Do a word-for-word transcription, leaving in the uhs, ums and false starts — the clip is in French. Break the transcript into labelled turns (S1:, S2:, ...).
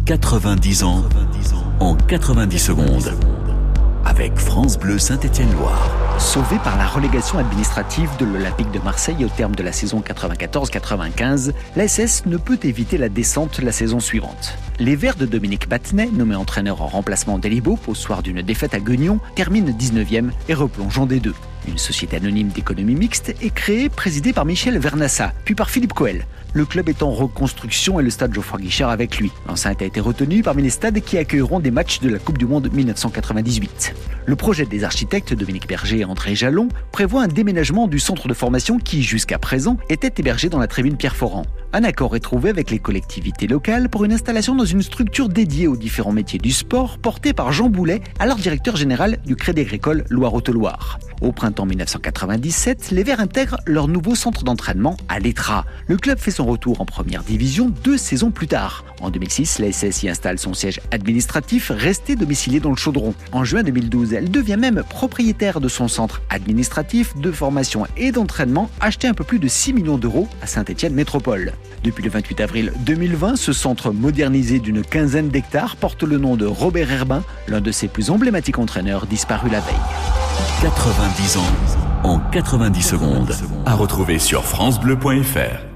S1: quatre-vingt-dix ans en quatre-vingt-dix secondes. Avec France Bleu Saint-Étienne-Loire.
S2: Sauvé par la relégation administrative de l'Olympique de Marseille au terme de la saison quatre-vingt-quatorze quatre-vingt-quinze, l'A S S ne peut éviter la descente la saison suivante. Les Verts de Dominique Battenet, nommé entraîneur en remplacement d'Elibop au soir d'une défaite à Guignon, terminent dix-neuvième et replongent en D deux. Une société anonyme d'économie mixte est créée, présidée par Michel Vernassa, puis par Philippe Coel. Le club est en reconstruction et le stade Geoffroy Guichard avec lui. L'enceinte a été retenue parmi les stades qui accueilleront des matchs de la Coupe du Monde dix-neuf cent quatre-vingt-dix-huit. Le projet des architectes Dominique Berger et André Jalon prévoit un déménagement du centre de formation qui, jusqu'à présent, était hébergé dans la tribune Pierre-Foran. Un accord est trouvé avec les collectivités locales pour une installation dans une structure dédiée aux différents métiers du sport, portée par Jean Boulet, alors directeur général du Crédit Agricole Loire-Haute-Loire. Au printemps dix-neuf cent quatre-vingt-dix-sept, les Verts intègrent leur nouveau centre d'entraînement à l'Étra. Le club fait son retour en première division deux saisons plus tard. En deux mille six, la S S y installe son siège administratif, resté domicilié dans le Chaudron. En juin deux mille douze, elle devient même propriétaire de son centre administratif, de formation et d'entraînement, acheté un peu plus de six millions d'euros à Saint-Étienne Métropole. Depuis le vingt-huit avril deux mille vingt, ce centre modernisé d'une quinzaine d'hectares porte le nom de Robert Herbin, l'un de ses plus emblématiques entraîneurs disparu la veille.
S1: quatre-vingt-dix ans en quatre-vingt-dix secondes. À retrouver sur francebleu point fr.